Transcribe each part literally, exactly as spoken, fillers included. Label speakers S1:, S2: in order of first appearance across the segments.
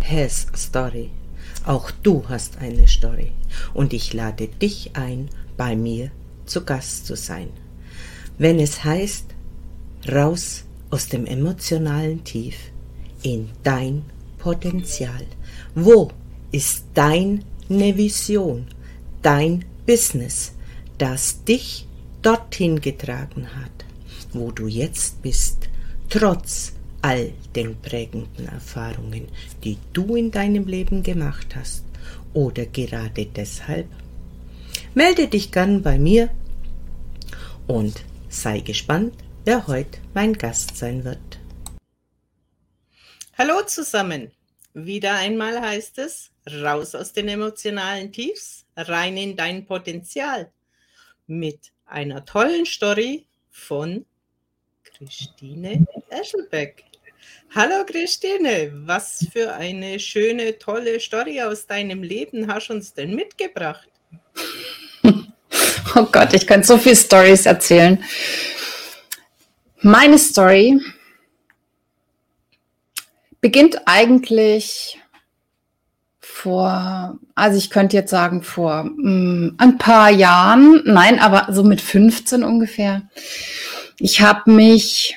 S1: has a story. Auch du hast eine Story. Und ich lade dich ein, bei mir zu Gast zu sein. Wenn es heißt, raus aus dem emotionalen Tief in dein Potenzial. Wo ist deine Vision, dein Business, das dich dorthin getragen hat, wo du jetzt bist, trotz all den prägenden Erfahrungen, die du in deinem Leben gemacht hast oder gerade deshalb? Melde dich gern bei mir und sei gespannt, wer heute mein Gast sein wird. Hallo zusammen! Wieder einmal heißt es, raus aus den emotionalen Tiefs, rein in dein Potenzial. Mit einer tollen Story von Christine Eschelbeck. Hallo Christine, was für eine schöne, tolle Story aus deinem Leben hast du uns denn mitgebracht?
S2: Oh Gott, ich könnte so viele Storys erzählen. Meine Story beginnt eigentlich vor, also ich könnte jetzt sagen vor mh, ein paar Jahren, nein, aber so mit fünfzehn ungefähr. Ich habe mich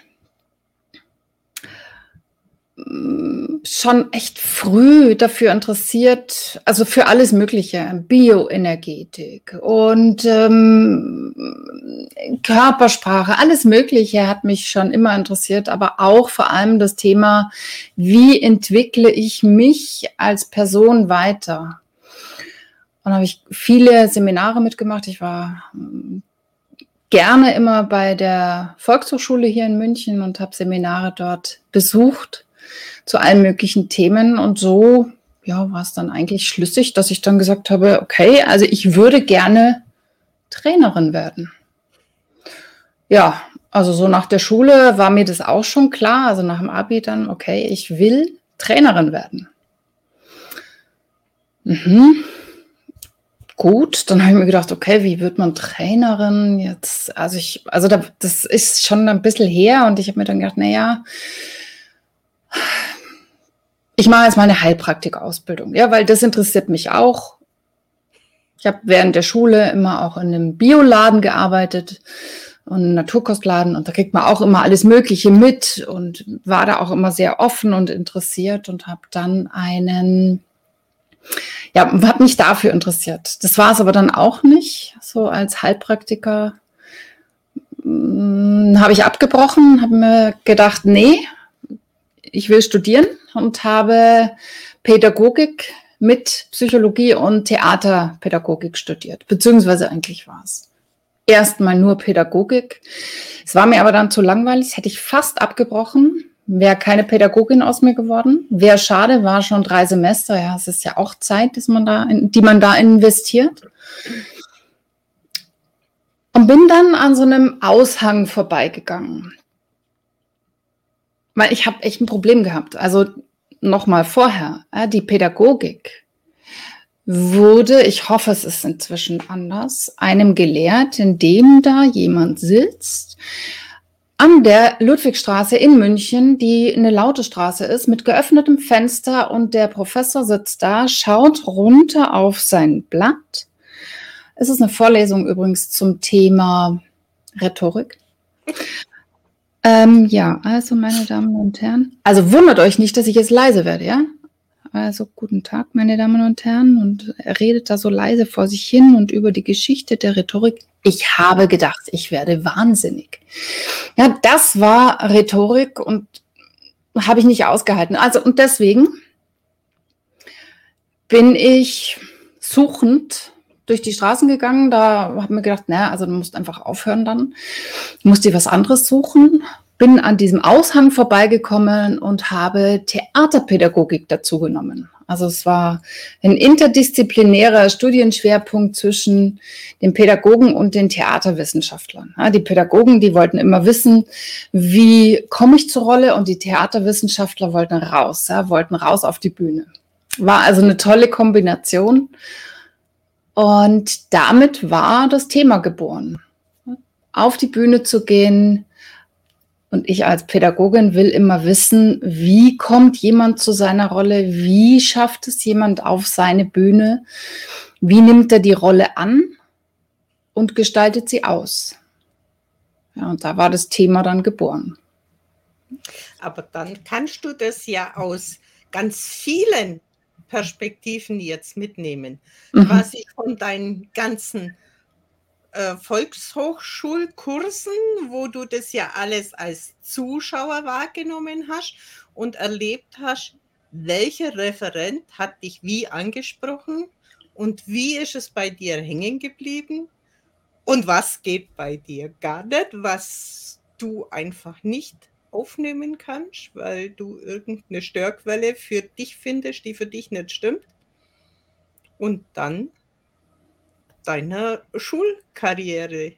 S2: schon echt früh dafür interessiert, also für alles Mögliche, Bioenergetik und ähm, Körpersprache, alles Mögliche hat mich schon immer interessiert, aber auch vor allem das Thema, wie entwickle ich mich als Person weiter? Und da habe ich viele Seminare mitgemacht. Ich war gerne immer bei der Volkshochschule hier in München und habe Seminare dort besucht zu allen möglichen Themen, und so ja, war es dann eigentlich schlüssig, dass ich dann gesagt habe, okay, also ich würde gerne Trainerin werden. Ja, also so nach der Schule war mir das auch schon klar, also nach dem Abi dann, okay, ich will Trainerin werden. Mhm. Gut, dann habe ich mir gedacht, okay, wie wird man Trainerin jetzt? Also ich, also da, das ist schon ein bisschen her, und ich habe mir dann gedacht, naja, ich mache jetzt mal eine Heilpraktikausbildung, ja, weil das interessiert mich auch. Ich habe während der Schule immer auch in einem Bioladen gearbeitet und einem Naturkostladen, und da kriegt man auch immer alles Mögliche mit und war da auch immer sehr offen und interessiert und habe dann einen, ja, habe mich dafür interessiert. Das war es aber dann auch nicht, so als Heilpraktiker mh, habe ich abgebrochen, habe mir gedacht, nee, ich will studieren, und habe Pädagogik mit Psychologie und Theaterpädagogik studiert, beziehungsweise eigentlich war es erstmal nur Pädagogik. Es war mir aber dann zu langweilig, das hätte ich fast abgebrochen, wäre keine Pädagogin aus mir geworden. Wäre schade, war schon drei Semester, ja, es ist ja auch Zeit, dass man da, in, die man da investiert. Und bin dann an so einem Aushang vorbeigegangen. Weil ich habe echt ein Problem gehabt. Also nochmal vorher, ja, die Pädagogik wurde, ich hoffe, es ist inzwischen anders, einem gelehrt, indem da jemand sitzt an der Ludwigstraße in München, die eine laute Straße ist, mit geöffnetem Fenster, und der Professor sitzt da, schaut runter auf sein Blatt. Es ist eine Vorlesung übrigens zum Thema Rhetorik. Ähm, ja, also meine Damen und Herren, also wundert euch nicht, dass ich jetzt leise werde, ja? Also guten Tag, meine Damen und Herren, und er redet da so leise vor sich hin und über die Geschichte der Rhetorik. Ich habe gedacht, ich werde wahnsinnig. Ja, das war Rhetorik, und habe ich nicht ausgehalten. Also, und deswegen bin ich suchend durch die Straßen gegangen, da habe ich mir gedacht, naja, also du musst einfach aufhören dann, du musst dir was anderes suchen, bin an diesem Aushang vorbeigekommen und habe Theaterpädagogik dazu genommen. Also es war ein interdisziplinärer Studienschwerpunkt zwischen den Pädagogen und den Theaterwissenschaftlern. Ja, die Pädagogen, die wollten immer wissen, wie komme ich zur Rolle, und die Theaterwissenschaftler wollten raus, ja, wollten raus auf die Bühne. War also eine tolle Kombination. Und damit war das Thema geboren, auf die Bühne zu gehen, Und ich als Pädagogin will immer wissen, wie kommt jemand zu seiner Rolle, wie schafft es jemand auf seine Bühne, wie nimmt er die Rolle an und gestaltet sie aus. Ja, und da war das Thema dann geboren.
S1: Aber dann kannst du das ja aus ganz vielen Perspektiven jetzt mitnehmen. Mhm. Quasi von deinen ganzen äh, Volkshochschulkursen, wo du das ja alles als Zuschauer wahrgenommen hast und erlebt hast, welcher Referent hat dich wie angesprochen und wie ist es bei dir hängen geblieben und was geht bei dir gar nicht, was du einfach nicht aufnehmen kannst, weil du irgendeine Störquelle für dich findest, die für dich nicht stimmt. Und dann deiner Schulkarriere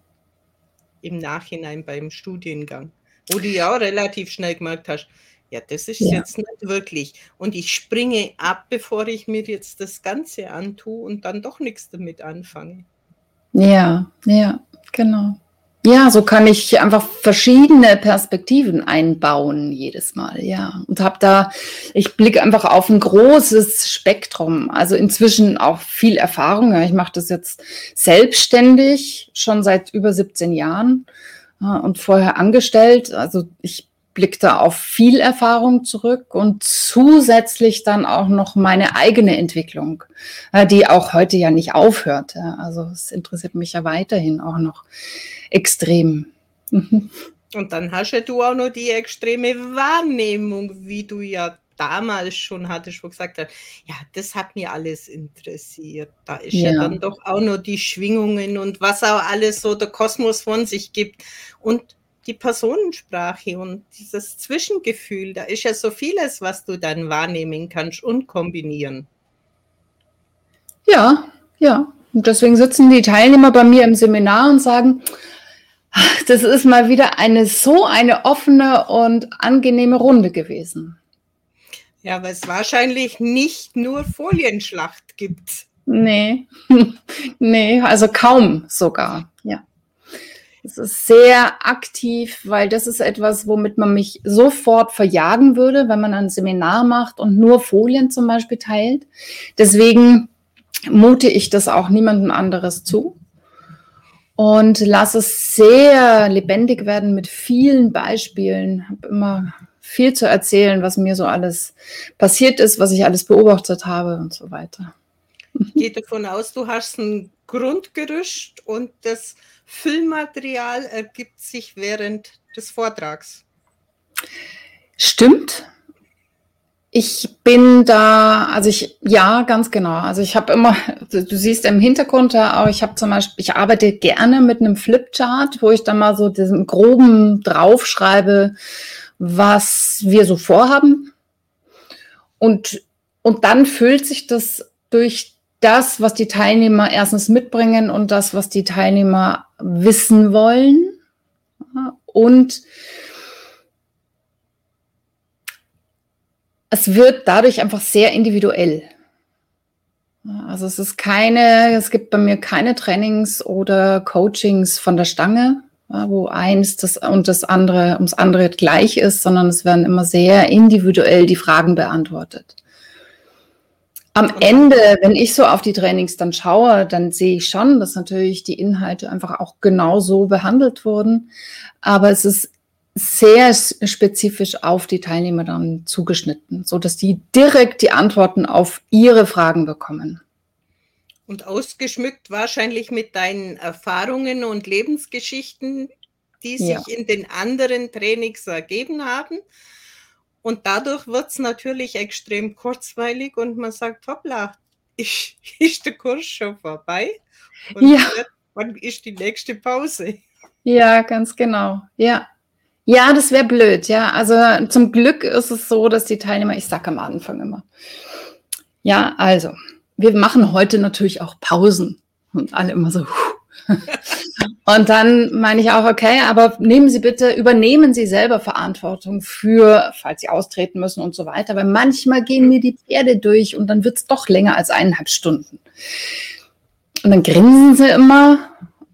S1: im Nachhinein beim Studiengang, wo du ja auch relativ schnell gemerkt hast, ja, das ist ja. jetzt nicht wirklich. Und ich springe ab, bevor ich mir jetzt das Ganze antue und dann doch nichts damit anfange.
S2: Ja, ja, genau. Ja, so kann ich einfach verschiedene Perspektiven einbauen jedes Mal, ja. Und habe da, ich blicke einfach auf ein großes Spektrum. Also inzwischen auch viel Erfahrung. Ja, ich mache das jetzt selbstständig, schon seit über siebzehn Jahren ja, und vorher angestellt. Also ich blicke da auf viel Erfahrung zurück und zusätzlich dann auch noch meine eigene Entwicklung, ja, die auch heute ja nicht aufhört. Ja. Also es interessiert mich ja weiterhin auch noch extrem.
S1: Mhm. Und dann hast ja du auch noch die extreme Wahrnehmung, wie du ja damals schon hattest, wo gesagt hast, ja, das hat mir alles interessiert. Da ist ja. ja dann doch auch noch die Schwingungen und was auch alles so der Kosmos von sich gibt. Und die Personensprache und dieses Zwischengefühl, da ist ja so vieles, was du dann wahrnehmen kannst und kombinieren.
S2: Ja, ja. Und deswegen sitzen die Teilnehmer bei mir im Seminar und sagen, das ist mal wieder eine so eine offene und angenehme Runde gewesen.
S1: Ja, weil es wahrscheinlich nicht nur Folienschlacht gibt.
S2: Nee, nee, also kaum sogar, ja. Es ist sehr aktiv, weil das ist etwas, womit man mich sofort verjagen würde, wenn man ein Seminar macht und nur Folien zum Beispiel teilt. Deswegen mute ich das auch niemandem anderes zu und lasse es sehr lebendig werden mit vielen Beispielen. Ich habe immer viel zu erzählen, was mir so alles passiert ist, was ich alles beobachtet habe und so weiter.
S1: Ich gehe davon aus, du hast ein Grundgerüst und das Füllmaterial ergibt sich während des Vortrags.
S2: Stimmt. Ich bin da, also ich, ja, ganz genau. Also ich habe immer, du siehst im Hintergrund da auch, ich habe zum Beispiel, ich arbeite gerne mit einem Flipchart, wo ich dann mal so diesen groben draufschreibe, was wir so vorhaben. Und, und dann füllt sich das durch das, was die Teilnehmer erstens mitbringen und das, was die Teilnehmer wissen wollen. Und es wird dadurch einfach sehr individuell. Also es ist keine, es gibt bei mir keine Trainings oder Coachings von der Stange, wo eins das und das andere ums andere gleich ist, sondern es werden immer sehr individuell die Fragen beantwortet. Am Ende, wenn ich so auf die Trainings dann schaue, dann sehe ich schon, dass natürlich die Inhalte einfach auch genau so behandelt wurden. Aber es ist sehr spezifisch auf die Teilnehmer dann zugeschnitten, sodass die direkt die Antworten auf ihre Fragen bekommen.
S1: Und ausgeschmückt wahrscheinlich mit deinen Erfahrungen und Lebensgeschichten, die sich ja. in den anderen Trainings ergeben haben. Und dadurch wird es natürlich extrem kurzweilig und man sagt, hoppla, ist, ist der Kurs schon vorbei? Und
S2: ja.
S1: wann ist die nächste Pause?
S2: Ja, ganz genau. Ja, ja, das wäre blöd. Ja, also zum Glück ist es so, dass die Teilnehmer, ich sage am Anfang immer, ja, also, wir machen heute natürlich auch Pausen. Und alle immer so, und dann meine ich auch, okay, aber nehmen Sie bitte, übernehmen Sie selber Verantwortung für, falls Sie austreten müssen und so weiter, weil manchmal gehen mir die Pferde durch und dann wird es doch länger als eineinhalb Stunden. Und dann grinsen sie immer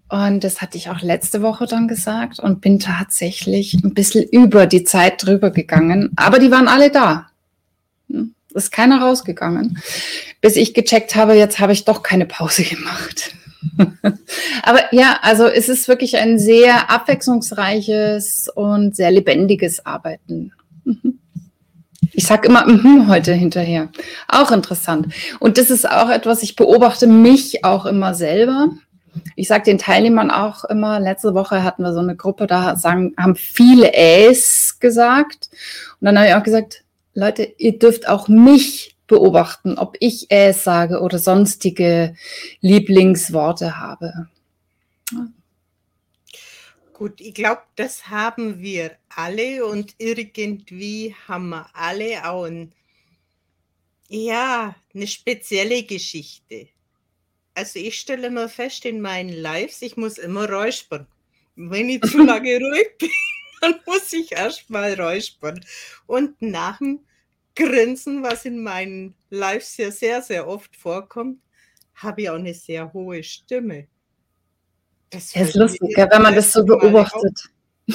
S2: Und das hatte ich auch letzte Woche dann gesagt und bin tatsächlich ein bisschen über die Zeit drüber gegangen. Aber die waren alle da. Ist keiner rausgegangen, bis ich gecheckt habe, jetzt habe ich doch keine Pause gemacht. Aber ja, also es ist wirklich ein sehr abwechslungsreiches und sehr lebendiges Arbeiten. Ich sage immer mm, heute hinterher. Auch interessant. Und das ist auch etwas, ich beobachte mich auch immer selber. Ich sage den Teilnehmern auch immer, letzte Woche hatten wir so eine Gruppe, da sagen, haben viele Äs gesagt. Und dann habe ich auch gesagt, Leute, ihr dürft auch mich beobachten, ob ich Äs sage oder sonstige Lieblingsworte habe.
S1: Ja. Gut, ich glaube, das haben wir alle und irgendwie haben wir alle auch ein, ja, eine spezielle Geschichte. Also ich stelle mir fest in meinen Lives, ich muss immer räuspern. Wenn ich zu lange ruhig bin, dann muss ich erst mal räuspern. Und nach dem Grinsen, was in meinen Lives ja sehr, sehr oft vorkommt, habe ich auch eine sehr hohe Stimme.
S2: Das ist lustig, wenn man das so beobachtet.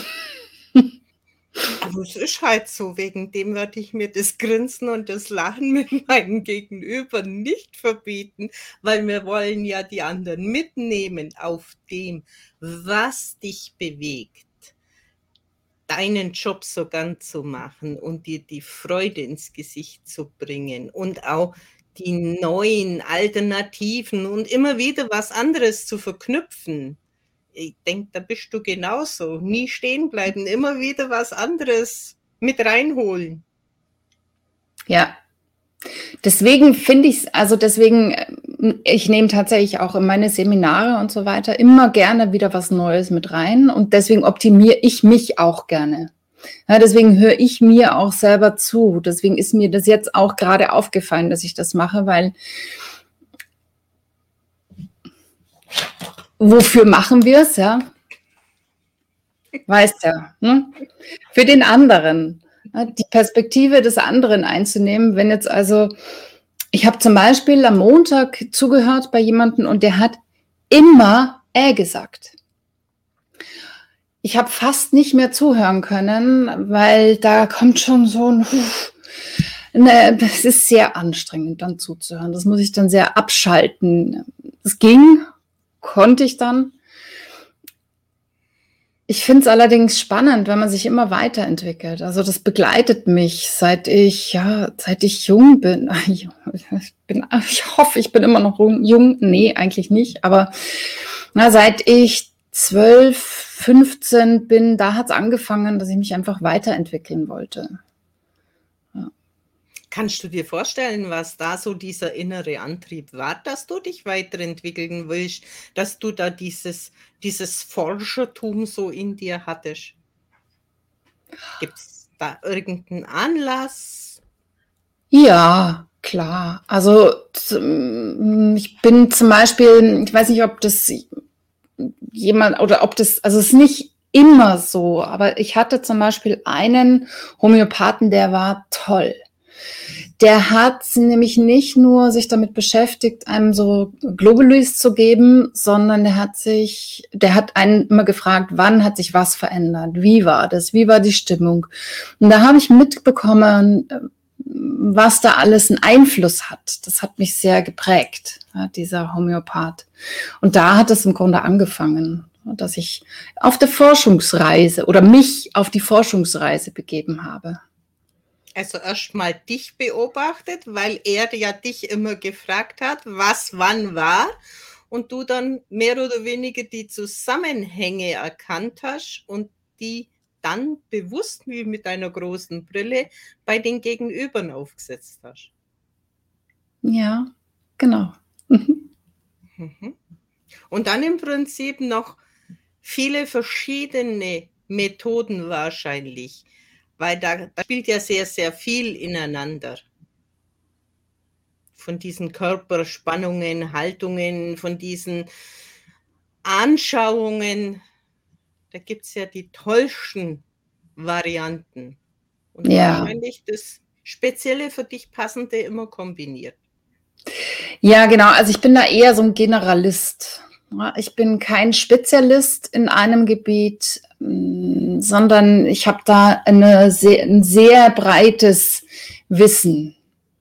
S1: Aber es ist halt so, wegen dem werde ich mir das Grinsen und das Lachen mit meinem Gegenüber nicht verbieten, weil wir wollen ja die anderen mitnehmen auf dem, was dich bewegt, deinen Job so gern zu machen und dir die Freude ins Gesicht zu bringen und auch die neuen Alternativen und immer wieder was anderes zu verknüpfen. Ich denke, da bist du genauso. Nie stehen bleiben, immer wieder was anderes mit reinholen.
S2: Ja, deswegen finde ich es, also deswegen, ich nehme tatsächlich auch in meine Seminare und so weiter immer gerne wieder was Neues mit rein und deswegen optimiere ich mich auch gerne. Ja, deswegen höre ich mir auch selber zu. Deswegen ist mir das jetzt auch gerade aufgefallen, dass ich das mache, weil wofür machen wir es, ja? Weißt ja, ne? Für den anderen, die Perspektive des anderen einzunehmen. Wenn jetzt also, ich habe zum Beispiel am Montag zugehört bei jemandem und der hat immer äh gesagt. Ich habe fast nicht mehr zuhören können, weil da kommt schon so ein, ne, es ist sehr anstrengend dann zuzuhören. Das muss ich dann sehr abschalten. Es ging, konnte ich dann. Ich finde es allerdings spannend, wenn man sich immer weiterentwickelt. Also das begleitet mich, seit ich, ja, seit ich jung bin. Ich, bin, ich hoffe, ich bin immer noch jung. Nee, eigentlich nicht. Aber na, seit ich zwölf, fünfzehn bin, da hat es angefangen, dass ich mich einfach weiterentwickeln wollte. Ja.
S1: Kannst du dir vorstellen, was da so dieser innere Antrieb war, dass du dich weiterentwickeln willst, dass du da dieses, dieses Forschertum so in dir hattest? Gibt es da irgendeinen Anlass?
S2: Ja, klar. Also ich bin zum Beispiel, ich weiß nicht, ob das jemand oder ob das, also es ist nicht immer so, aber ich hatte zum Beispiel einen Homöopathen, der war toll. Der hat nämlich nicht nur sich damit beschäftigt, einem so Globulis zu geben, sondern der hat sich, der hat einen immer gefragt, wann hat sich was verändert? Wie war das? Wie war die Stimmung? Und da habe ich mitbekommen, was da alles einen Einfluss hat. Das hat mich sehr geprägt, ja, dieser Homöopath. Und da hat es im Grunde angefangen, dass ich auf der Forschungsreise oder mich auf die Forschungsreise begeben habe.
S1: Also erstmal dich beobachtet, weil er ja dich immer gefragt hat, was wann war und du dann mehr oder weniger die Zusammenhänge erkannt hast und die dann bewusst wie mit einer großen Brille bei den Gegenübern aufgesetzt hast.
S2: Ja, genau.
S1: Mhm. Und dann im Prinzip noch viele verschiedene Methoden wahrscheinlich. Weil da, da spielt ja sehr, sehr viel ineinander. Von diesen Körperspannungen, Haltungen, von diesen Anschauungen. Da gibt es ja die tollsten Varianten. Und
S2: ja.
S1: Wahrscheinlich das Spezielle für dich Passende immer kombiniert.
S2: Ja, genau. Also ich bin da eher so ein Generalist. Ja, ich bin kein Spezialist in einem Gebiet, mh, sondern ich habe da eine sehr, ein sehr breites Wissen.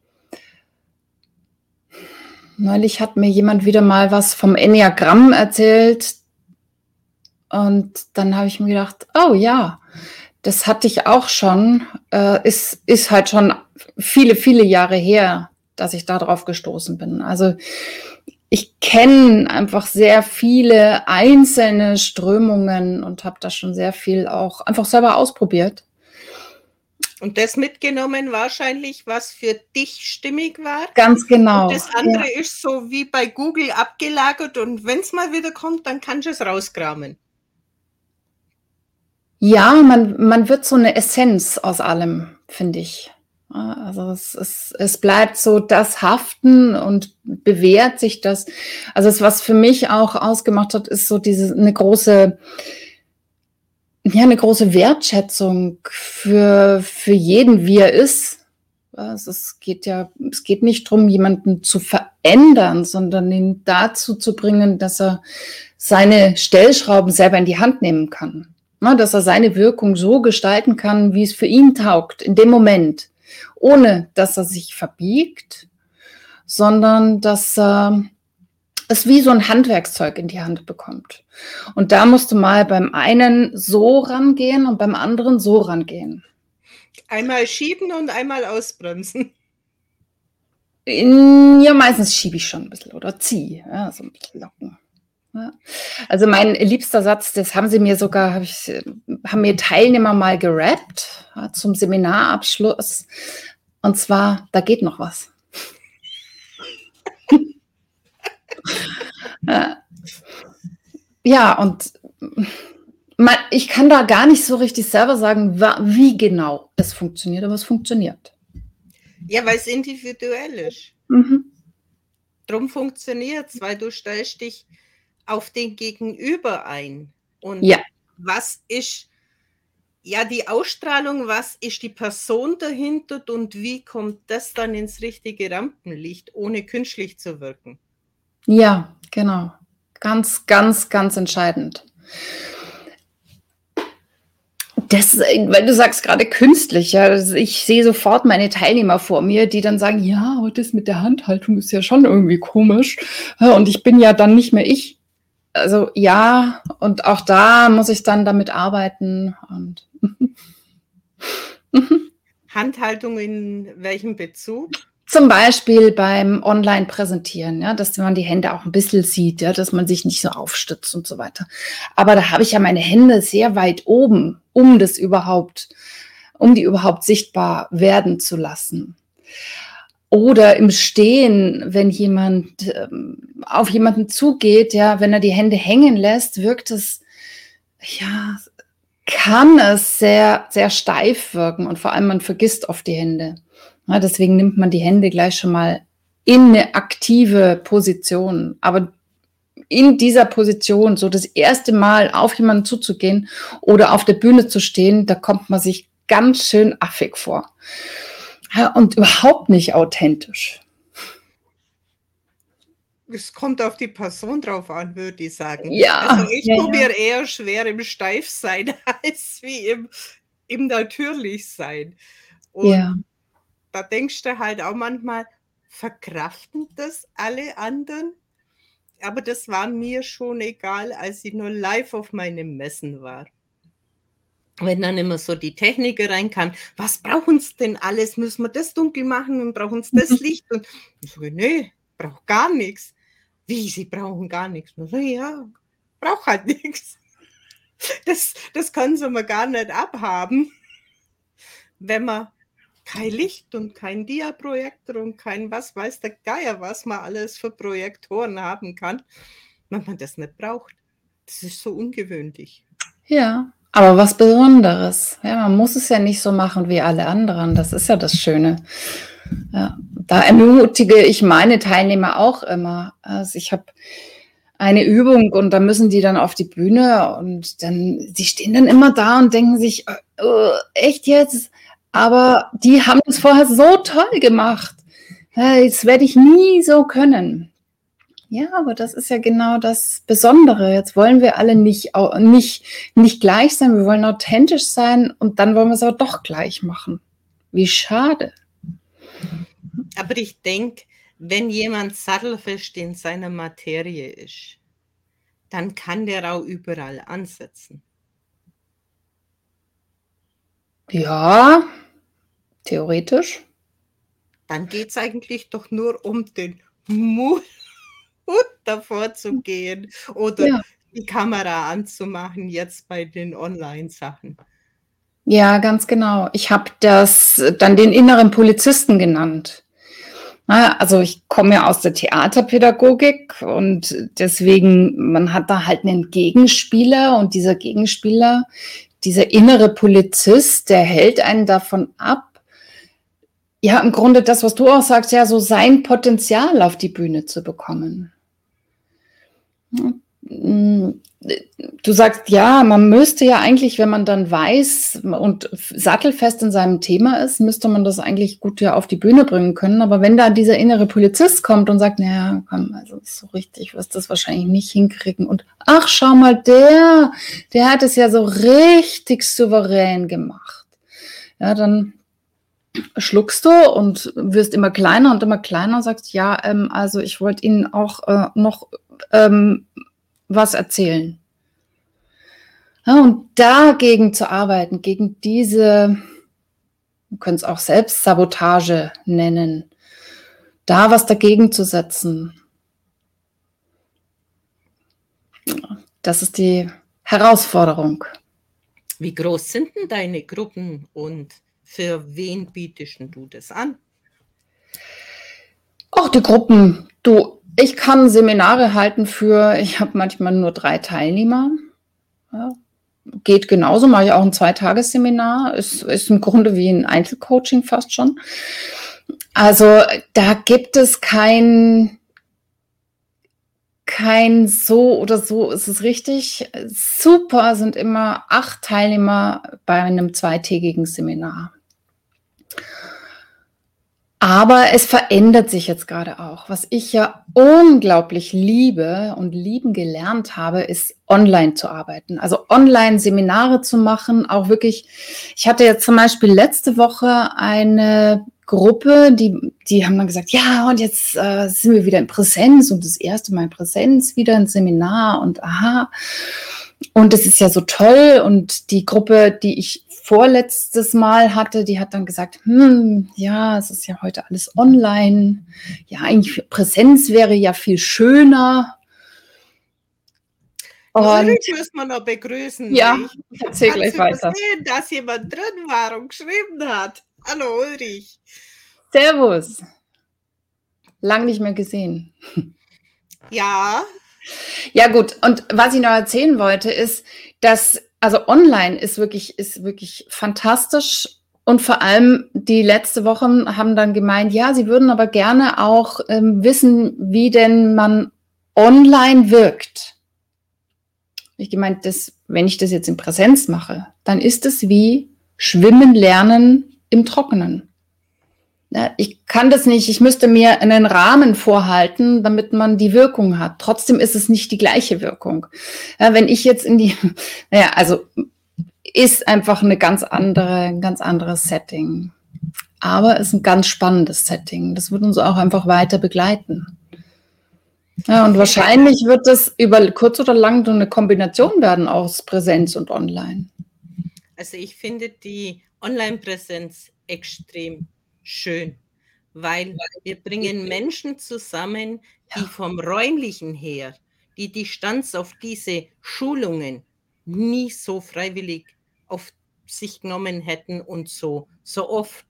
S2: Neulich hat mir jemand wieder mal was vom Enneagramm erzählt und dann habe ich mir gedacht, oh ja, das hatte ich auch schon. Äh, ist, ist halt schon viele, viele Jahre her, dass ich da drauf gestoßen bin. Also ich kenne einfach sehr viele einzelne Strömungen und habe da schon sehr viel auch einfach selber ausprobiert.
S1: Und das mitgenommen wahrscheinlich, was für dich stimmig war.
S2: Ganz genau.
S1: Und das andere
S2: ja.
S1: ist so wie bei Google abgelagert und wenn es mal wieder kommt, dann kannst du es rauskramen.
S2: Ja, man, man wird so eine Essenz aus allem, finde ich. Also es, es, es bleibt so das haften und bewährt sich das. Also es, was für mich auch ausgemacht hat, ist so diese eine große, ja, eine große Wertschätzung für, für jeden, wie er ist. Also es geht ja, es geht nicht darum, jemanden zu verändern, sondern ihn dazu zu bringen, dass er seine Stellschrauben selber in die Hand nehmen kann. Na, dass er seine Wirkung so gestalten kann, wie es für ihn taugt, in dem Moment. Ohne, dass er sich verbiegt, sondern dass er es wie so ein Handwerkszeug in die Hand bekommt. Und da musst du mal beim einen so rangehen und beim anderen so rangehen.
S1: Einmal schieben und einmal ausbremsen.
S2: In, ja, meistens schiebe ich schon ein bisschen oder ziehe, ja, so ein bisschen locken. Ja. Also mein liebster Satz, das haben sie mir sogar, hab ich, haben mir Teilnehmer mal gerappt ja, zum Seminarabschluss. Und zwar, da geht noch was. Ja, und man, ich kann da gar nicht so richtig selber sagen, wie genau es funktioniert, aber es funktioniert.
S1: Ja, weil es individuell ist.
S2: Mhm.
S1: Drum funktioniert es, weil du stellst dich auf den Gegenüber ein. Und
S2: ja.
S1: was ist ja die Ausstrahlung, was ist die Person dahinter und wie kommt das dann ins richtige Rampenlicht, ohne künstlich zu wirken?
S2: Ja, genau. Ganz, ganz, ganz entscheidend. Das, weil du sagst gerade künstlich, ja, ich sehe sofort meine Teilnehmer vor mir, die dann sagen, ja, aber das mit der Handhaltung ist ja schon irgendwie komisch und ich bin ja dann nicht mehr ich. Also ja, und auch da muss ich dann damit arbeiten. Und
S1: Handhaltung in welchem Bezug?
S2: Zum Beispiel beim Online-Präsentieren, ja, dass man die Hände auch ein bisschen sieht, ja, dass man sich nicht so aufstützt und so weiter. Aber da habe ich ja meine Hände sehr weit oben, um das überhaupt, um die überhaupt sichtbar werden zu lassen. Oder im Stehen, wenn jemand ähm, auf jemanden zugeht, ja, wenn er die Hände hängen lässt, wirkt es, ja, kann es sehr, sehr steif wirken und vor allem man vergisst oft die Hände. Ja, deswegen nimmt man die Hände gleich schon mal in eine aktive Position. Aber in dieser Position, so das erste Mal auf jemanden zuzugehen oder auf der Bühne zu stehen, da kommt man sich ganz schön affig vor. Ja, und überhaupt nicht authentisch.
S1: Es kommt auf die Person drauf an, würde ich sagen.
S2: Ja,
S1: also ich
S2: ja,
S1: probiere
S2: ja.
S1: eher schwer im Steifsein als wie im, im Natürlichsein. Und
S2: ja.
S1: da denkst du halt auch manchmal, verkraften das alle anderen? Aber das war mir schon egal, als ich nur live auf meinem Messen war. Wenn dann immer so die Techniker rein kann, was brauchen sie denn alles? Müssen wir das dunkel machen und brauchen sie das Licht? Und ich sage, nee, braucht gar nichts. Wie, sie brauchen gar nichts? Und ich sage, ja, braucht halt nichts. Das, das können sie mir gar nicht abhaben, wenn man kein Licht und kein Dia-Projektor und kein was weiß der Geier, was man alles für Projektoren haben kann, wenn man das nicht braucht. Das ist so ungewöhnlich.
S2: Ja, aber was Besonderes. Ja, man muss es ja nicht so machen wie alle anderen. Das ist ja das Schöne. Ja, da ermutige ich meine Teilnehmer auch immer. Also ich habe eine Übung und da müssen die dann auf die Bühne und dann, die stehen dann immer da und denken sich, oh, echt jetzt? Aber die haben es vorher so toll gemacht. Das werde ich nie so können. Ja, aber das ist ja genau das Besondere. Jetzt wollen wir alle nicht, au- nicht, nicht gleich sein, wir wollen authentisch sein und dann wollen wir es aber doch gleich machen. Wie schade.
S1: Aber ich denke, wenn jemand sattelfest in seiner Materie ist, dann kann der auch überall ansetzen.
S2: Ja, theoretisch.
S1: Dann geht es eigentlich doch nur um den Mut, davor zu gehen oder
S2: Ja.
S1: die Kamera anzumachen, jetzt bei den Online-Sachen.
S2: Ja, ganz genau. Ich habe das dann den inneren Polizisten genannt. Na, also ich komme ja aus der Theaterpädagogik und deswegen, man hat da halt einen Gegenspieler und dieser Gegenspieler, dieser innere Polizist, der hält einen davon ab, ja, im Grunde das, was du auch sagst, ja, so sein Potenzial auf die Bühne zu bekommen. Du sagst, ja, man müsste ja eigentlich, wenn man dann weiß und sattelfest in seinem Thema ist, müsste man das eigentlich gut ja auf die Bühne bringen können. Aber wenn da dieser innere Polizist kommt und sagt, naja, komm, also so richtig wirst du das wahrscheinlich nicht hinkriegen. Und ach, schau mal, der, der hat es ja so richtig souverän gemacht. Ja, dann schluckst du und wirst immer kleiner und immer kleiner und sagst, ja, ähm, also ich wollte Ihnen auch äh, noch ähm, was erzählen. Ja, und dagegen zu arbeiten, gegen diese, wir können es auch Selbstsabotage nennen, da was dagegen zu setzen. Das ist die Herausforderung.
S1: Wie groß sind denn deine Gruppen und für wen bietest du das an?
S2: Auch die Gruppen, du, ich kann Seminare halten für, ich habe manchmal nur drei Teilnehmer. Ja, geht genauso, mache ich auch ein Zweitagesseminar, ist, ist im Grunde wie ein Einzelcoaching fast schon. Also da gibt es kein, kein so oder so, ist es richtig. Super sind immer acht Teilnehmer bei einem zweitägigen Seminar. Aber es verändert sich jetzt gerade auch. Was ich ja unglaublich liebe und lieben gelernt habe, ist online zu arbeiten. Also online Seminare zu machen, auch wirklich. Ich hatte jetzt zum Beispiel letzte Woche eine Gruppe, die, die haben dann gesagt, ja, und jetzt äh, sind wir wieder in Präsenz und das erste Mal in Präsenz, wieder ein Seminar und aha. Und das ist ja so toll. Und die Gruppe, die ich vorletztes Mal hatte, die hat dann gesagt, hm, ja, es ist ja heute alles online. Ja, eigentlich Präsenz wäre ja viel schöner.
S1: Und Ulrich muss man noch begrüßen.
S2: Ja, ich erzähl gleich weiter.
S1: Gesehen, dass jemand drin war und geschrieben hat. Hallo Ulrich.
S2: Servus. Lang nicht mehr gesehen.
S1: Ja.
S2: Ja gut, und was ich noch erzählen wollte, ist, dass, also online ist wirklich, ist wirklich fantastisch. Und vor allem die letzte Woche haben dann gemeint, ja, sie würden aber gerne auch ähm, wissen, wie denn man online wirkt. Ich gemeint, dass, wenn ich das jetzt in Präsenz mache, dann ist es wie Schwimmen lernen im Trockenen. Ja, ich kann das nicht, ich müsste mir einen Rahmen vorhalten, damit man die Wirkung hat. Trotzdem ist es nicht die gleiche Wirkung. Ja, wenn ich jetzt in die, naja, also ist einfach eine ganz andere, ein ganz anderes Setting. Aber es ist ein ganz spannendes Setting. Das wird uns auch einfach weiter begleiten. Ja, und wahrscheinlich wird das über kurz oder lang so eine Kombination werden aus Präsenz und Online.
S1: Also ich finde die Online-Präsenz extrem schön, weil wir bringen Menschen zusammen, die vom räumlichen her, die Distanz auf diese Schulungen nie so freiwillig auf sich genommen hätten und so, so oft.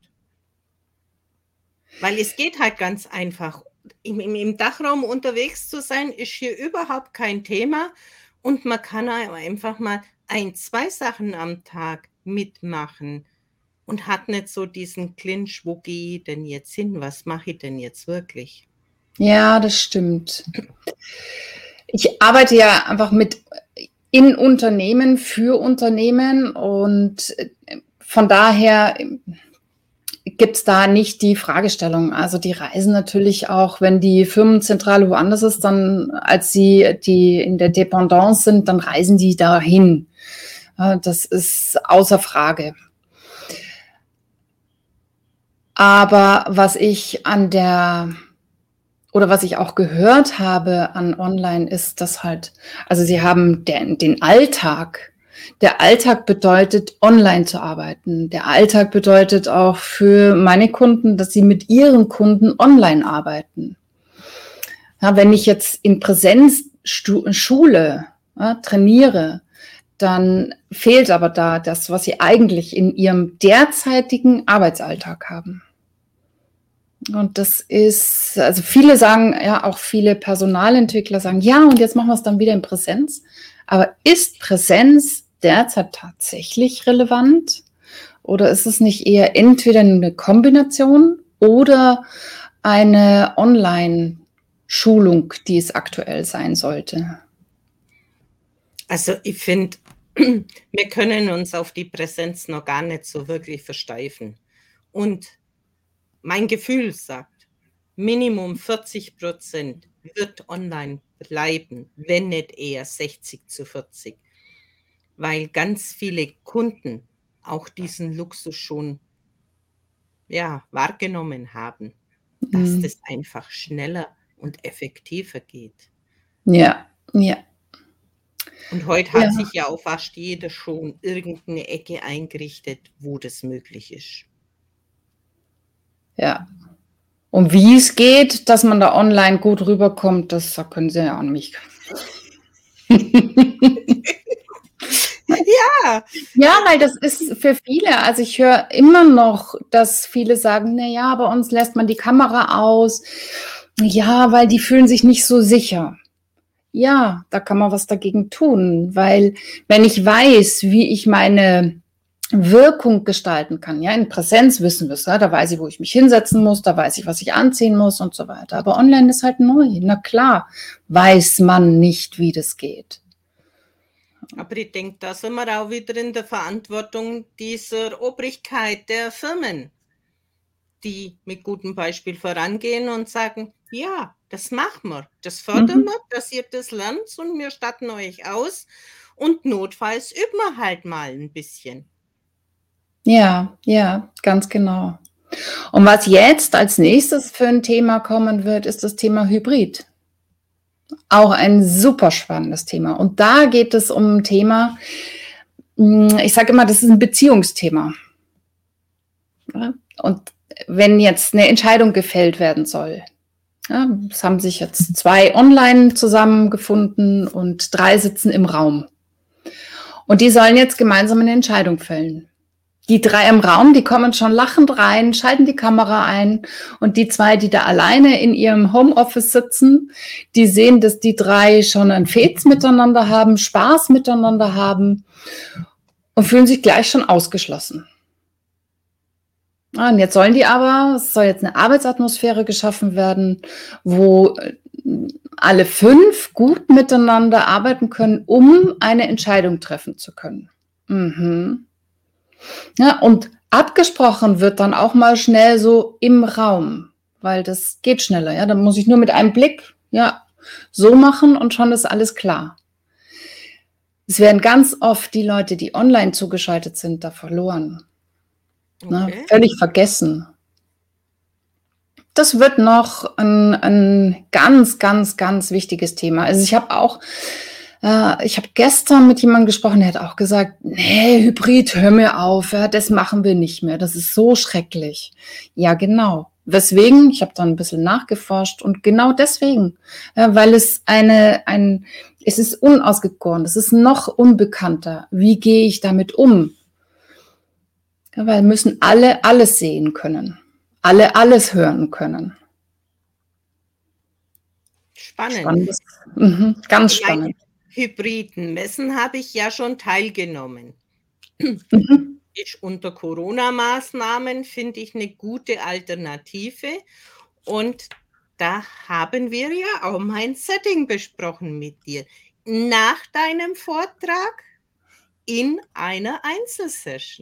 S1: Weil es geht halt ganz einfach. Im, im Dachraum unterwegs zu sein, ist hier überhaupt kein Thema und man kann einfach mal ein, zwei Sachen am Tag mitmachen. Und hat nicht so diesen Clinch, wo gehe ich denn jetzt hin? Was mache ich denn jetzt wirklich?
S2: Ja, das stimmt. Ich arbeite ja einfach mit in Unternehmen, für Unternehmen und von daher gibt es da nicht die Fragestellung. Also die reisen natürlich auch, wenn die Firmenzentrale woanders ist, dann als sie die in der Dependance sind, dann reisen die dahin. Das ist außer Frage. Aber was ich an der oder was ich auch gehört habe an online ist, dass halt, also sie haben den, den Alltag. Der Alltag bedeutet, online zu arbeiten. Der Alltag bedeutet auch für meine Kunden, dass sie mit ihren Kunden online arbeiten. Ja, wenn ich jetzt in Präsenz schule, ja, trainiere, dann fehlt aber da das, was sie eigentlich in ihrem derzeitigen Arbeitsalltag haben. Und das ist, also viele sagen, ja, auch viele Personalentwickler sagen, ja, und jetzt machen wir es dann wieder in Präsenz. Aber ist Präsenz derzeit tatsächlich relevant? Oder ist es nicht eher entweder eine Kombination oder eine Online-Schulung, die es aktuell sein sollte?
S1: Also ich finde, wir können uns auf die Präsenz noch gar nicht so wirklich versteifen. Und mein Gefühl sagt, Minimum vierzig Prozent wird online bleiben, wenn nicht eher sechzig zu vierzig. Weil ganz viele Kunden auch diesen Luxus schon ja, wahrgenommen haben, dass
S2: Mhm.
S1: das einfach schneller und effektiver geht.
S2: Ja, ja.
S1: Und heute hat
S2: Ja.
S1: sich ja auch fast jeder schon irgendeine Ecke eingerichtet, wo das möglich ist.
S2: Ja. Und wie es geht, dass man da online gut rüberkommt, das können Sie ja an mich.
S1: Ja.
S2: Ja, weil das ist für viele, also ich höre immer noch, dass viele sagen, na ja, bei uns lässt man die Kamera aus. Ja, weil die fühlen sich nicht so sicher. Ja, da kann man was dagegen tun, weil wenn ich weiß, wie ich meine Wirkung gestalten kann, ja, in Präsenz wissen wir es, ja, da weiß ich, wo ich mich hinsetzen muss, da weiß ich, was ich anziehen muss und so weiter. Aber online ist halt neu. Na klar, weiß man nicht, wie das geht.
S1: Aber ich denke, da sind wir auch wieder in der Verantwortung dieser Obrigkeit der Firmen, die mit gutem Beispiel vorangehen und sagen, ja, das machen wir, das fördern
S2: Mhm.
S1: wir, dass ihr das lernt und wir statten euch aus und notfalls üben wir halt mal ein bisschen.
S2: Ja, ja, ganz genau. Und was jetzt als nächstes für ein Thema kommen wird, ist das Thema Hybrid. Auch ein super spannendes Thema. Und da geht es um ein Thema, ich sage immer, das ist ein Beziehungsthema. Und wenn jetzt eine Entscheidung gefällt werden soll, ja, es haben sich jetzt zwei online zusammengefunden und drei sitzen im Raum. Und die sollen jetzt gemeinsam eine Entscheidung fällen. Die drei im Raum, die kommen schon lachend rein, schalten die Kamera ein und die zwei, die da alleine in ihrem Homeoffice sitzen, die sehen, dass die drei schon ein Fets miteinander haben, Spaß miteinander haben und fühlen sich gleich schon ausgeschlossen. Und jetzt sollen die aber, es soll jetzt eine Arbeitsatmosphäre geschaffen werden, wo alle fünf gut miteinander arbeiten können, um eine Entscheidung treffen zu können. Mhm. Ja, und abgesprochen wird dann auch mal schnell so im Raum, weil das geht schneller. Ja, dann muss ich nur mit einem Blick, ja, so machen und schon ist alles klar. Es werden ganz oft die Leute, die online zugeschaltet sind, da verloren.
S1: Okay.
S2: Ne, völlig vergessen. Das wird noch ein, ein ganz, ganz, ganz wichtiges Thema. Also ich habe auch Äh, ich habe gestern mit jemandem gesprochen, der hat auch gesagt, nee, Hybrid, hör mir auf, ja, das machen wir nicht mehr, das ist so schrecklich. Ja, genau. Weswegen? Ich habe dann ein bisschen nachgeforscht und genau deswegen, ja, weil es eine, ein, es ist unausgegoren, es ist noch unbekannter. Wie gehe ich damit um? Ja, weil müssen alle alles sehen können, alle alles hören können.
S1: Spannend.
S2: Spannendes. Mhm, ganz spannend.
S1: Hybriden Messen habe ich ja schon teilgenommen.
S2: Mhm.
S1: Ich unter Corona-Maßnahmen finde ich eine gute Alternative und da haben wir ja auch mein Setting besprochen mit dir. Nach deinem Vortrag in einer Einzelsession.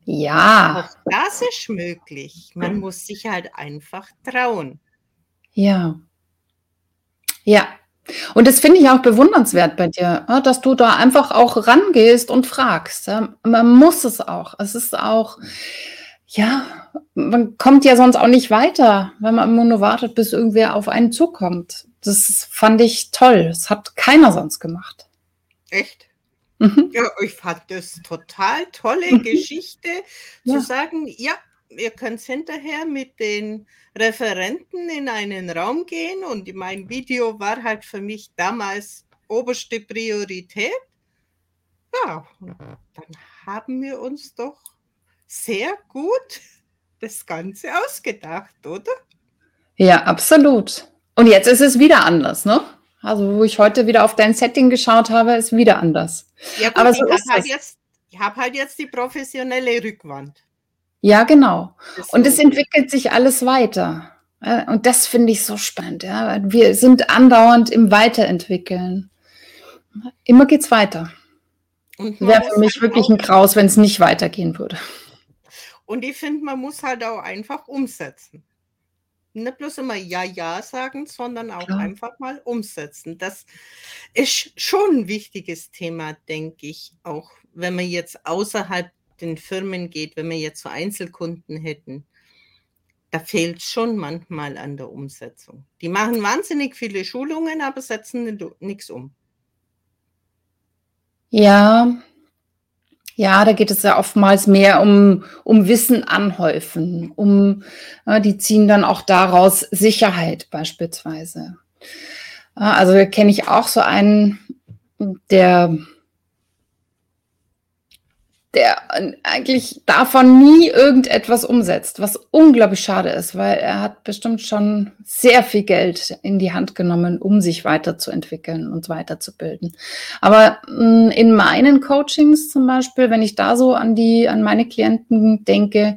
S2: Ja,
S1: Auch das ist möglich. Man muss sich halt einfach trauen.
S2: ja, ja. Und das finde ich auch bewundernswert bei dir, ja, dass du da einfach auch rangehst und fragst. Ja. Man muss es auch. Es ist auch, ja, man kommt ja sonst auch nicht weiter, wenn man immer nur wartet, bis irgendwer auf einen zukommt. Das fand ich toll. Das hat keiner sonst gemacht.
S1: Echt?
S2: Mhm.
S1: Ja, ich fand das total tolle Geschichte, zu
S2: Ja.
S1: sagen, ja, ihr könnt hinterher mit den Referenten in einen Raum gehen und mein Video war halt für mich damals oberste Priorität. Ja, dann haben wir uns doch sehr gut das Ganze ausgedacht, oder?
S2: Ja, absolut. Und jetzt ist es wieder anders, ne? Also, wo ich heute wieder auf dein Setting geschaut habe, ist wieder anders.
S1: Ja gut,
S2: Aber
S1: ich
S2: so
S1: habe
S2: ist
S1: halt
S2: das.
S1: jetzt, ich habe halt jetzt die professionelle Rückwand.
S2: Ja, genau.
S1: Das
S2: Und es
S1: Logo.
S2: entwickelt sich alles weiter. Ja, und das finde ich so spannend. Ja. Wir sind andauernd im Weiterentwickeln. Immer geht's weiter.
S1: Und man
S2: Wäre
S1: muss
S2: für mich
S1: halt
S2: wirklich
S1: auch,
S2: ein Graus, wenn es nicht weitergehen würde.
S1: und ich finde, man muss halt auch einfach umsetzen. Nicht bloß immer Ja, Ja sagen, sondern auch
S2: Klar.
S1: einfach mal umsetzen. Das ist schon ein wichtiges Thema, denke ich, auch wenn man jetzt außerhalb den Firmen geht, wenn wir jetzt so Einzelkunden hätten. Da fehlt schon manchmal an der Umsetzung. Die machen wahnsinnig viele Schulungen, aber setzen nichts um.
S2: Ja, ja, da geht es ja oftmals mehr um, um Wissen anhäufen, um, äh, die ziehen dann auch daraus Sicherheit beispielsweise. Äh, also da kenne ich auch so einen, der der eigentlich davon nie irgendetwas umsetzt, was unglaublich schade ist, weil er hat bestimmt schon sehr viel Geld in die Hand genommen, um sich weiterzuentwickeln und weiterzubilden. Aber mh, in meinen Coachings zum Beispiel, wenn ich da so an die, an meine Klienten denke,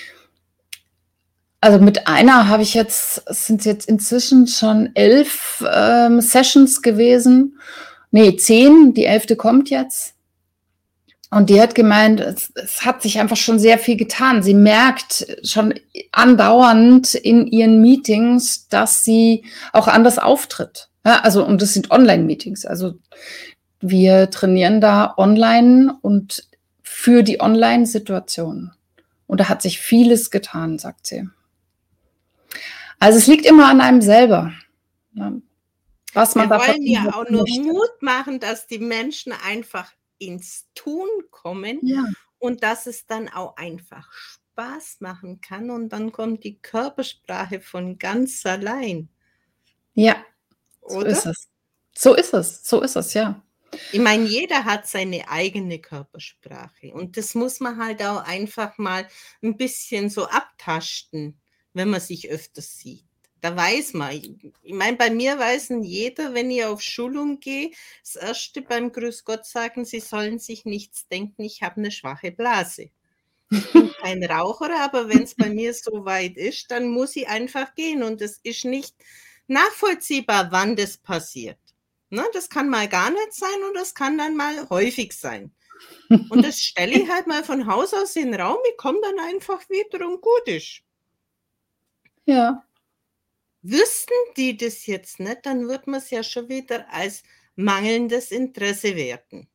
S2: also mit einer habe ich jetzt, es sind jetzt inzwischen schon elf ähm, Sessions gewesen. Nee, zehn, die elfte kommt jetzt. Und die hat gemeint, es, es hat sich einfach schon sehr viel getan. Sie merkt schon andauernd in ihren Meetings, dass sie auch anders auftritt. Ja, also, und das sind Online-Meetings. Also wir trainieren da online und für die Online-Situation. Und da hat sich vieles getan, sagt sie. Also es liegt immer an einem selber, ne? Was man
S1: Wir
S2: da
S1: wollen ja
S2: versuchen
S1: auch nur
S2: möchte.
S1: Mut machen, dass die Menschen einfach ins Tun kommen
S2: Ja,
S1: und dass es dann auch einfach Spaß machen kann und dann kommt die Körpersprache von ganz allein,
S2: ja, so
S1: oder?
S2: ist es. So ist es, so ist es, ja.
S1: Ich meine, jeder hat seine eigene Körpersprache und das muss man halt auch einfach mal ein bisschen so abtasten, wenn man sich öfters sieht. Da weiß man, ich, ich meine, bei mir weiß jeder, wenn ich auf Schulung gehe, das Erste beim Grüß Gott sagen, sie sollen sich nichts denken, ich habe eine schwache Blase. Ich bin kein Raucher, aber wenn es bei mir so weit ist, dann muss ich einfach gehen und es ist nicht nachvollziehbar, wann das passiert. Ne, das kann mal gar nicht sein und das kann dann mal häufig sein. Und das stelle ich halt mal von Haus aus in den Raum, ich komme dann einfach wieder und gut ist.
S2: Ja.
S1: Wüssten die das jetzt nicht, dann wird man es ja schon wieder als mangelndes Interesse werten.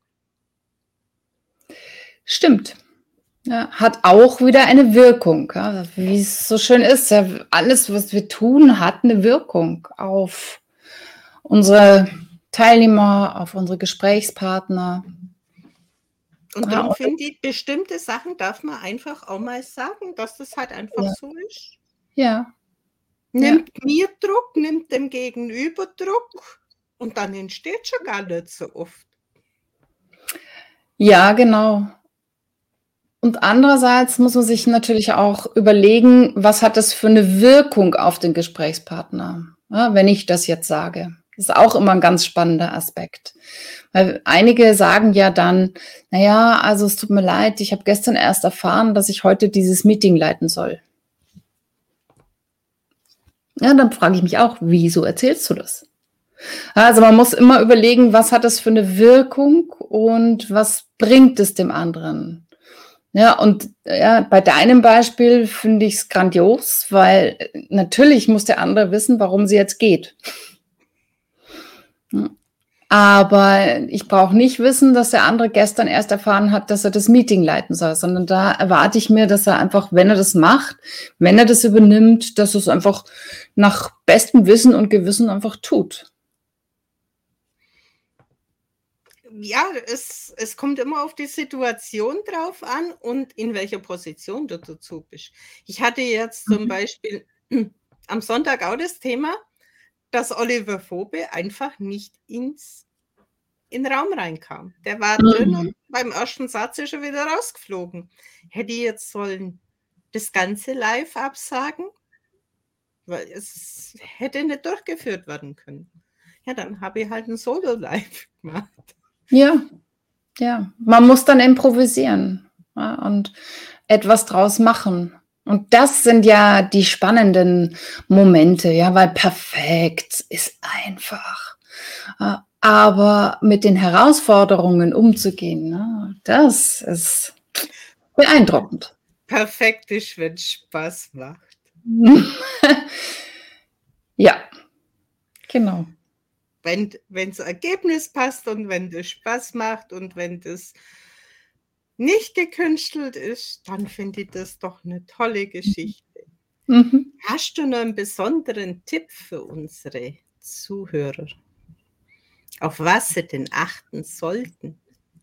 S2: Stimmt. Ja, hat auch wieder eine Wirkung, ja, wie es so schön ist. Ja, alles, was wir tun, hat eine Wirkung auf unsere Teilnehmer, auf unsere Gesprächspartner.
S1: Und
S2: Ja,
S1: darum
S2: und
S1: finde ich, bestimmte Sachen darf man einfach auch mal sagen, dass das halt einfach
S2: ja,
S1: so ist.
S2: ja, ja,
S1: Nimmt mir Druck, nimmt dem Gegenüber Druck und dann entsteht schon gar nicht so oft.
S2: ja, genau. Und andererseits muss man sich natürlich auch überlegen, was hat das für eine Wirkung auf den Gesprächspartner, ja, wenn ich das jetzt sage. Das ist auch immer ein ganz spannender Aspekt. Weil einige sagen ja dann, naja, also es tut mir leid, ich habe gestern erst erfahren, dass ich heute dieses Meeting leiten soll. Ja, dann frage ich mich auch, wieso erzählst du das? Also man muss immer überlegen, was hat das für eine Wirkung und was bringt es dem anderen? Ja, und ja, bei deinem Beispiel finde ich es grandios, weil äh, natürlich muss der andere wissen, warum sie jetzt geht. Hm. Aber ich brauche nicht wissen, dass der andere gestern erst erfahren hat, dass er das Meeting leiten soll, sondern da erwarte ich mir, dass er einfach, wenn er das macht, wenn er das übernimmt, dass er es einfach nach bestem Wissen und Gewissen einfach tut.
S1: Ja, es, es kommt immer auf die Situation drauf an und in welcher Position du dazu bist. Ich hatte jetzt zum
S2: Mhm.
S1: Beispiel am Sonntag auch das Thema, dass Oliver Phobe einfach nicht ins, in den Raum reinkam. Der war
S2: Mhm.
S1: drin und beim ersten Satz ist er wieder rausgeflogen. Hätte ich jetzt sollen das ganze live absagen? Weil es hätte nicht durchgeführt werden können. Ja, dann habe ich halt ein Solo live gemacht.
S2: Ja, ja. Man muss dann improvisieren, ja, und etwas draus machen. Und das sind ja die spannenden Momente, ja, weil perfekt ist einfach. Äh, Aber mit den Herausforderungen umzugehen, ne, das ist beeindruckend.
S1: Perfekt ist, wenn es Spaß macht.
S2: Ja, genau.
S1: Wenn, wenn das Ergebnis passt und wenn das Spaß macht und wenn das nicht gekünstelt ist, dann finde ich das doch eine tolle Geschichte.
S2: Mhm.
S1: Hast du noch einen besonderen Tipp für unsere Zuhörer, auf was sie denn achten sollten?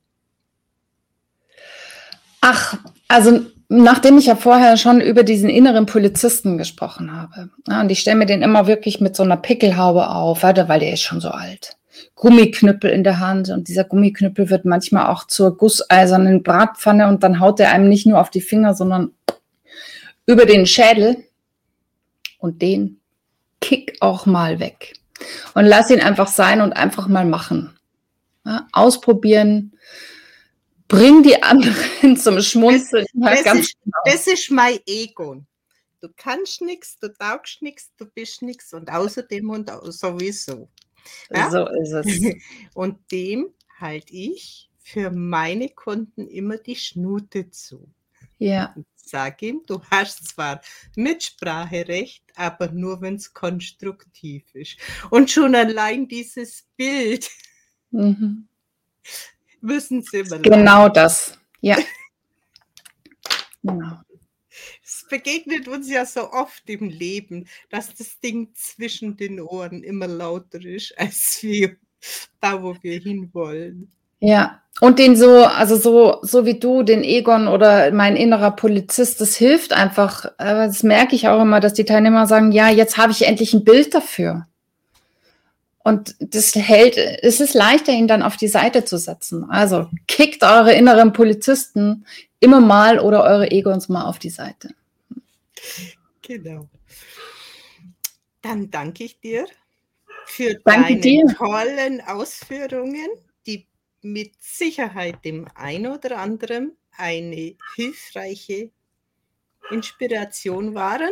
S2: Ach, also nachdem ich ja vorher schon über diesen inneren Polizisten gesprochen habe, ja, und ich stelle mir den immer wirklich mit so einer Pickelhaube auf, weil der ist schon so alt. Gummiknüppel in der Hand und dieser Gummiknüppel wird manchmal auch zur gusseisernen Bratpfanne und dann haut er einem nicht nur auf die Finger, sondern über den Schädel und den kick auch mal weg. Und lass ihn einfach sein und einfach mal machen. Ja, ausprobieren, bring die anderen zum Schmunzeln.
S1: Das, das,
S2: ganz
S1: ist, genau. Das ist mein Ego. Du kannst nichts, du taugst nichts, du bist nichts und außerdem und sowieso. Ja?
S2: So ist es.
S1: Und dem halte ich für meine Kunden immer die Schnute zu.
S2: Ja.
S1: Sag ihm, du hast zwar Mitspracherecht, aber nur, wenn es konstruktiv ist. Und schon allein dieses Bild
S2: Mhm.
S1: müssen sie immer
S2: Genau lachen. Das, ja. Genau.
S1: Es begegnet uns ja so oft im Leben, dass das Ding zwischen den Ohren immer lauter ist, als wir da, wo wir hinwollen.
S2: Ja, und den so, also so, so wie du, den Egon oder mein innerer Polizist, das hilft einfach. Das merke ich auch immer, dass die Teilnehmer sagen, ja, jetzt habe ich endlich ein Bild dafür. Und das hält, es ist leichter, ihn dann auf die Seite zu setzen. Also kickt eure inneren Polizisten immer mal oder eure Egons mal auf die Seite.
S1: Genau. Dann danke ich dir für
S2: danke
S1: deine
S2: dir.
S1: tollen Ausführungen, die mit Sicherheit dem einen oder anderen eine hilfreiche Inspiration waren.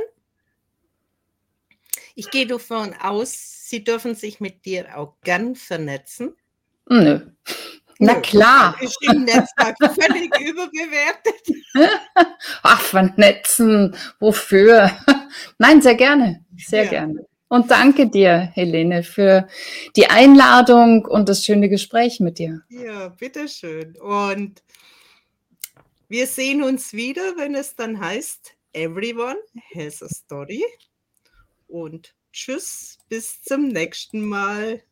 S1: Ich gehe davon aus, Sie dürfen sich mit dir auch gern vernetzen.
S2: Nö. Na Nö. Klar.
S1: Ist im Netzwerk völlig überbewertet.
S2: Ach, vernetzen, wofür? Nein, sehr gerne, sehr ja. gerne. Und danke dir, Helene, für die Einladung und das schöne Gespräch mit dir.
S1: Ja, bitteschön. Und wir sehen uns wieder, wenn es dann heißt, Everyone has a story. Und tschüss, bis zum nächsten Mal.